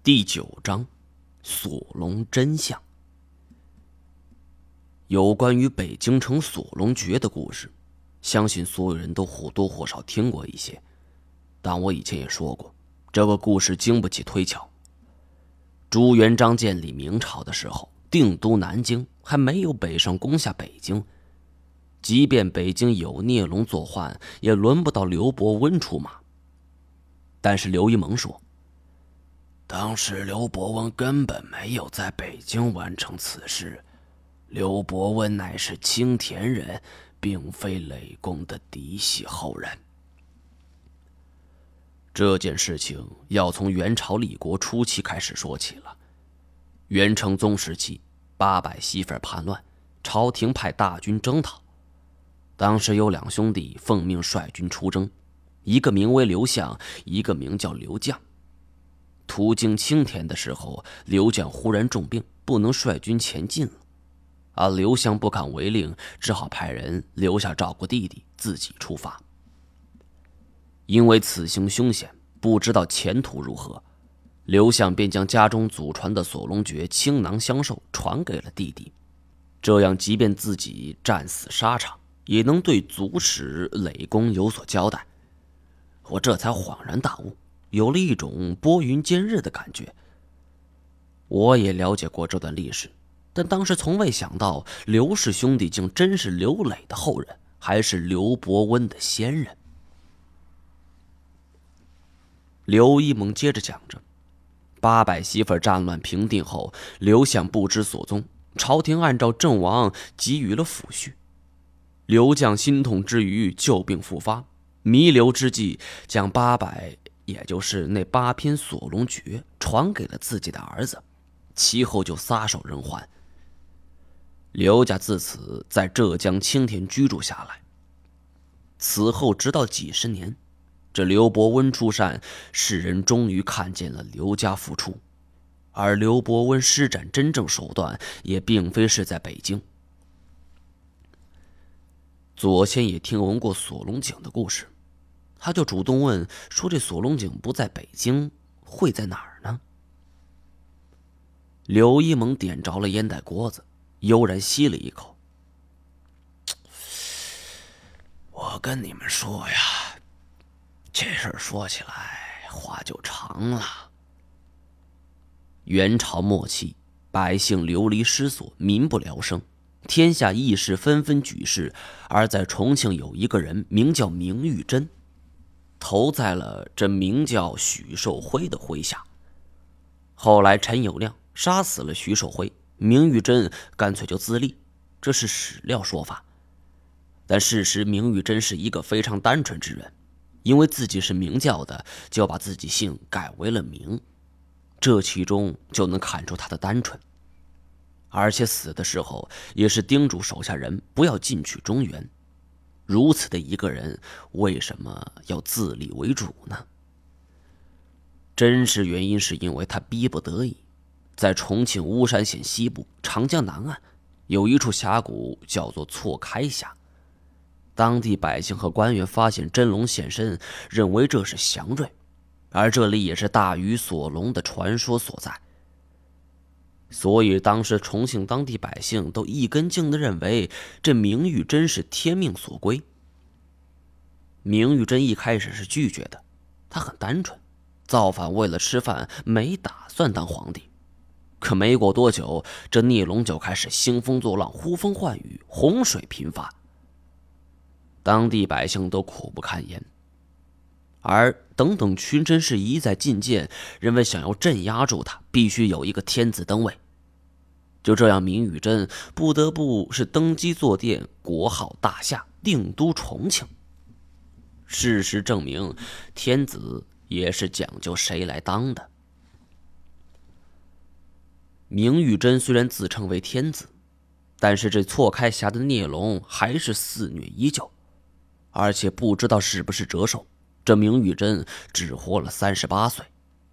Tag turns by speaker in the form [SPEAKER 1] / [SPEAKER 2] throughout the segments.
[SPEAKER 1] 第9章，锁龙真相。有关于北京城锁龙诀的故事，相信所有人都或多或少听过一些。但我以前也说过，这个故事经不起推敲。朱元璋建立明朝的时候，定都南京，还没有北上攻下北京。即便北京有聂龙作换，也轮不到刘伯温出马。但是刘一蒙说，当时刘伯温根本没有在北京完成此事，刘伯温乃是青田人，并非累公的嫡系后人。这件事情要从元朝立国初期开始说起了。元成宗时期，八百媳妇叛乱，朝廷派大军征讨。当时有2兄弟奉命率军出征，一个名为刘向，一个名叫刘绛。途经青田的时候，刘绛忽然重病，不能率军前进了。而刘向不敢违令，只好派人留下照顾弟弟，自己出发。因为此行凶险，不知道前途如何，刘向便将家中祖传的锁龙诀倾囊相授传给了弟弟，这样即便自己战死沙场，也能对祖史累公有所交代。我这才恍然大悟，有了一种拨云见日的感觉。我也了解过这段历史，但当时从未想到刘氏兄弟竟真是刘磊的后人，还是刘伯温的先人。刘一蒙接着讲着，八百媳妇战乱平定后，刘向不知所踪，朝廷按照阵亡给予了抚恤。刘绛心痛之余旧病复发，弥留之际将800，也就是那8篇锁龙诀传给了自己的儿子，其后就撒手人寰。刘家自此在浙江青田居住下来。此后直到几十年，这刘伯温出山，世人终于看见了刘家复出。而刘伯温施展真正手段，也并非是在北京。左先也听闻过锁龙井的故事，他就主动问说，这锁龙井不在北京，会在哪儿呢？刘一蒙点着了烟袋锅子，悠然吸了一口。我跟你们说呀，这事儿说起来话就长了。元朝末期，百姓流离失所，民不聊生，天下义士纷纷举事，而在重庆有一个人名叫明玉珍，投在了这名叫许寿辉的麾下。后来陈友谅杀死了许寿辉，明玉珍干脆就自立，这是史料说法。但事实明玉珍是一个非常单纯之人，因为自己是明教的，就把自己姓改为了明，这其中就能看出他的单纯。而且死的时候也是叮嘱手下人不要进取中原。如此的一个人，为什么要自立为主呢？真实原因是因为他逼不得已。在重庆巫山县西部长江南岸，有一处峡谷叫做错开峡。当地百姓和官员发现真龙现身，认为这是祥瑞，而这里也是大禹锁龙的传说所在。所以当时重庆当地百姓都一根筋地认为这明玉珍是天命所归。明玉珍一开始是拒绝的，他很单纯，造反为了吃饭，没打算当皇帝。可没过多久，这聂龙就开始兴风作浪，呼风唤雨，洪水频发，当地百姓都苦不堪言。而等等群臣是一再进谏，认为想要镇压住他，必须有一个天子登位。就这样，明玉珍不得不是登基坐殿，国号大夏，定都重庆。事实证明，天子也是讲究谁来当的。明玉珍虽然自称为天子，但是这错开峡的聂龙还是肆虐依旧，而且不知道是不是折寿，这明玉珍只活了38岁。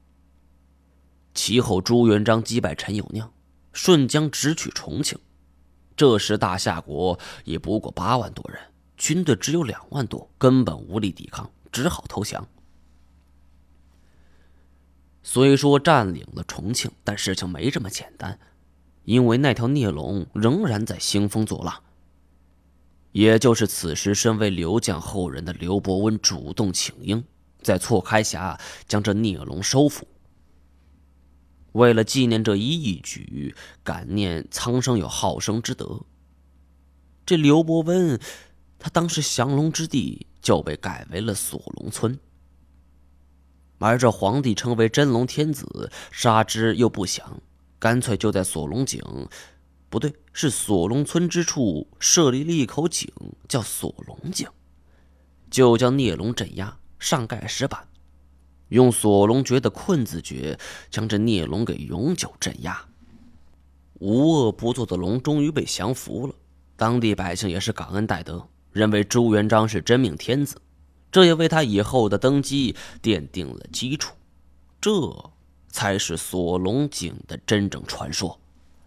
[SPEAKER 1] 其后朱元璋击败陈友谅，顺将直取重庆。这时大夏国也不过8万多人，军队只有2万多，根本无力抵抗，只好投降。 虽说占领了重庆，但事情没这么简单，因为那条孽龙仍然在兴风作浪。也就是此时，身为刘将后人的刘伯温主动请缨，在错开峡将这孽龙收服。为了纪念这一义举，感念苍生有好生之德，这刘伯温他当时降龙之地就被改为了锁龙村。而这皇帝称为真龙天子，杀之又不降，干脆就在锁龙井，不对，是锁龙村之处设立了一口井，叫锁龙井，就将孽龙镇压，上盖石板，用锁龙诀的困字诀将这孽龙给永久镇压。无恶不作的龙终于被降服了，当地百姓也是感恩戴德，认为朱元璋是真命天子，这也为他以后的登基奠定了基础。这才是锁龙井的真正传说。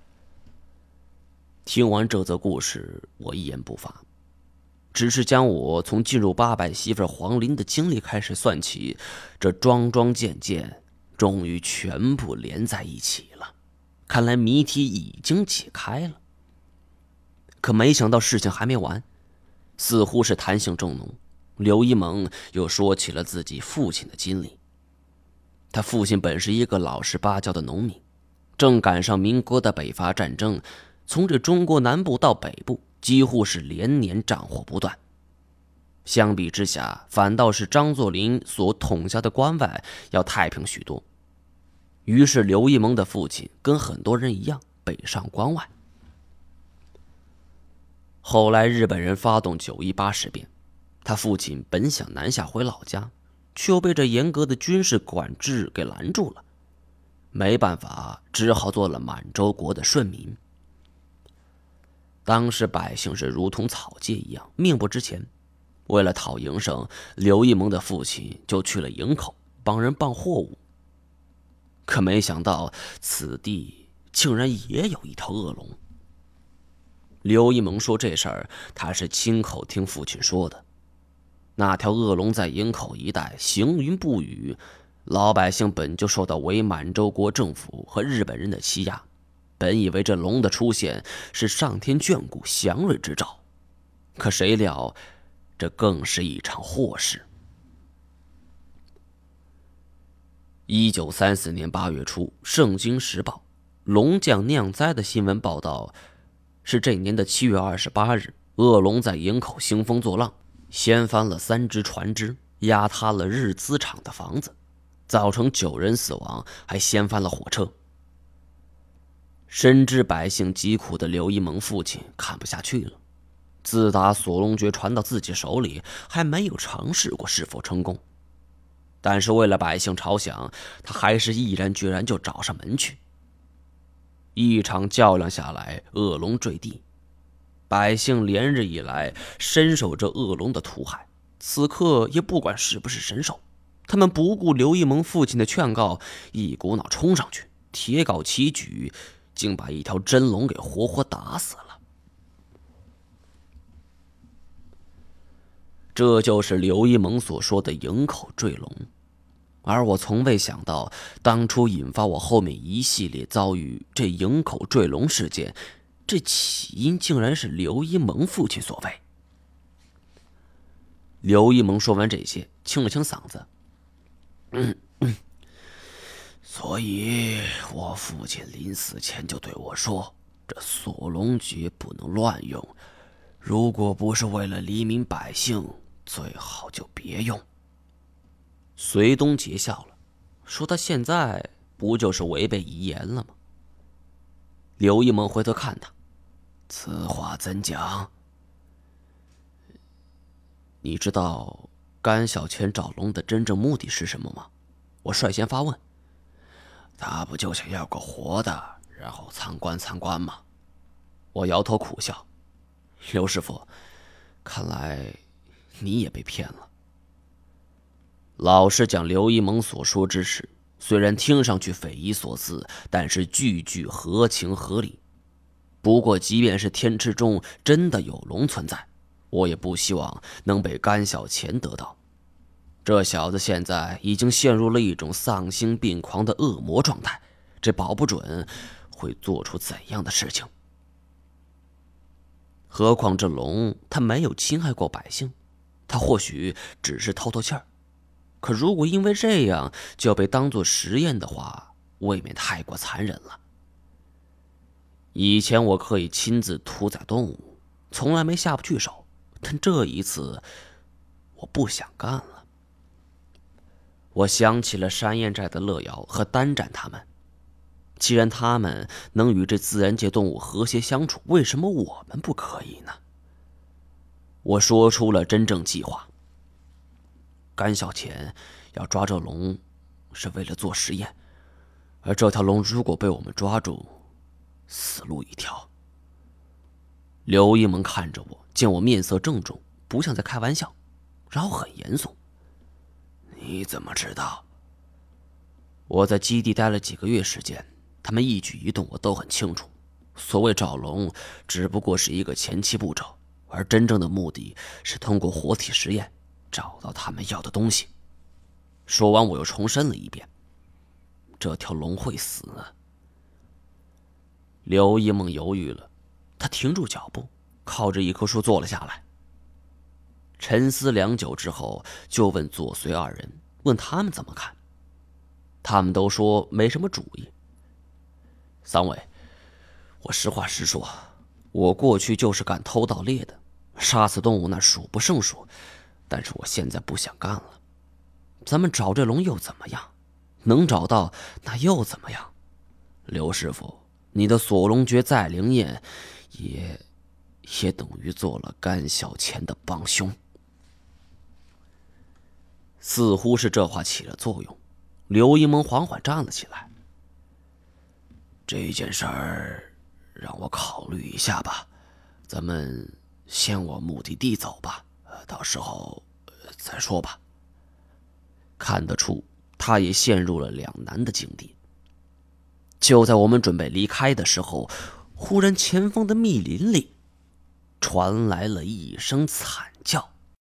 [SPEAKER 1] 听完这则故事，我一言不发，只是将我从进入八百媳妇黄林的经历开始算起，这桩桩件件终于全部连在一起了。看来谜题已经解开了。可没想到事情还没完，似乎是谈性正浓，刘一蒙又说起了自己父亲的经历。他父亲本是一个老实巴交的农民，正赶上民国的北伐战争，从这中国南部到北部几乎是连年战火不断。相比之下，反倒是张作霖所统辖的关外要太平许多。于是刘一蒙的父亲跟很多人一样北上关外。后来日本人发动918事变，他父亲本想南下回老家，却又被这严格的军事管制给拦住了。没办法，只好做了满洲国的顺民。当时百姓是如同草芥一样，命不值钱。为了讨营生，刘一蒙的父亲就去了营口帮人办货物。可没想到此地竟然也有一条恶龙。刘一蒙说这事儿他是亲口听父亲说的。那条恶龙在营口一带行云不雨，老百姓本就受到伪满洲国政府和日本人的欺压，本以为这龙的出现是上天眷顾祥瑞之兆，可谁料这更是一场祸事。1934年8月初，《圣经时报》龙将酿灾的新闻报道是这年的7月28日，恶龙在营口兴风作浪，掀翻了3只船只，压塌了日资厂的房子，造成9人死亡，还掀翻了火车。深知百姓疾苦的刘一蒙父亲看不下去了，自打锁龙诀传到自己手里，还没有尝试过是否成功。但是为了百姓着想，他还是毅然决然就找上门去。一场较量下来，恶龙坠地，百姓连日以来深受这恶龙的屠害，此刻也不管是不是神兽，他们不顾刘一蒙父亲的劝告，一股脑冲上去，铁镐齐举，竟把一条真龙给活活打死了。这就是刘一蒙所说的营口坠龙。而我从未想到，当初引发我后面一系列遭遇这营口坠龙事件，这起因竟然是刘一蒙父亲所为。刘一蒙说完这些，清了清嗓子，所以我父亲临死前就对我说，这锁龙诀不能乱用，如果不是为了黎民百姓，最好就别用。隋东杰笑了，说他现在不就是违背遗言了吗？刘一蒙回头看他，此话怎讲？你知道甘小钱找龙的真正目的是什么吗？我率先发问。他不就想要个活的，然后参观参观吗？我摇头苦笑。刘师傅，看来你也被骗了。老实讲，刘一蒙所说之事虽然听上去匪夷所思，但是句句合情合理。不过即便是天池中真的有龙存在，我也不希望能被甘小钱得到。 这小子现在已经陷入了一种丧心病狂的恶魔状态，这保不准会做出怎样的事情。何况这龙他没有侵害过百姓，他或许只是透透气儿。可如果因为这样就要被当作实验的话，未免太过残忍了。以前我可以亲自屠宰动物，从来没下不去手，但这一次我不想干了。我想起了山燕寨的乐瑶和丹展他们，既然他们能与这自然界动物和谐相处，为什么我们不可以呢？我说出了真正计划。甘小钱要抓这龙，是为了做实验，而这条龙如果被我们抓住，死路一条。刘一萌看着我，见我面色郑重，不像在开玩笑，然后很严肃。你怎么知道？我在基地待了几个月时间，他们一举一动我都很清楚。所谓找龙，只不过是一个前期步骤，而真正的目的是通过活体实验找到他们要的东西。说完，我又重申了一遍：这条龙会死。刘一梦犹豫了，他停住脚步，靠着一棵树坐了下来。沉思良久之后，就问左随二人，问他们怎么看。他们都说没什么主意。三位，我实话实说，我过去就是干偷盗猎的，杀死动物那数不胜数，但是我现在不想干了。咱们找这龙又怎么样？能找到那又怎么样？刘师傅，你的锁龙诀再灵验，也等于做了甘小钱的帮凶。似乎是这话起了作用，刘一萌缓缓站了起来。这件事儿让我考虑一下吧，咱们先往目的地走吧，到时候再说吧。看得出他也陷入了两难的境地。就在我们准备离开的时候，忽然前方的密林里传来了一声惨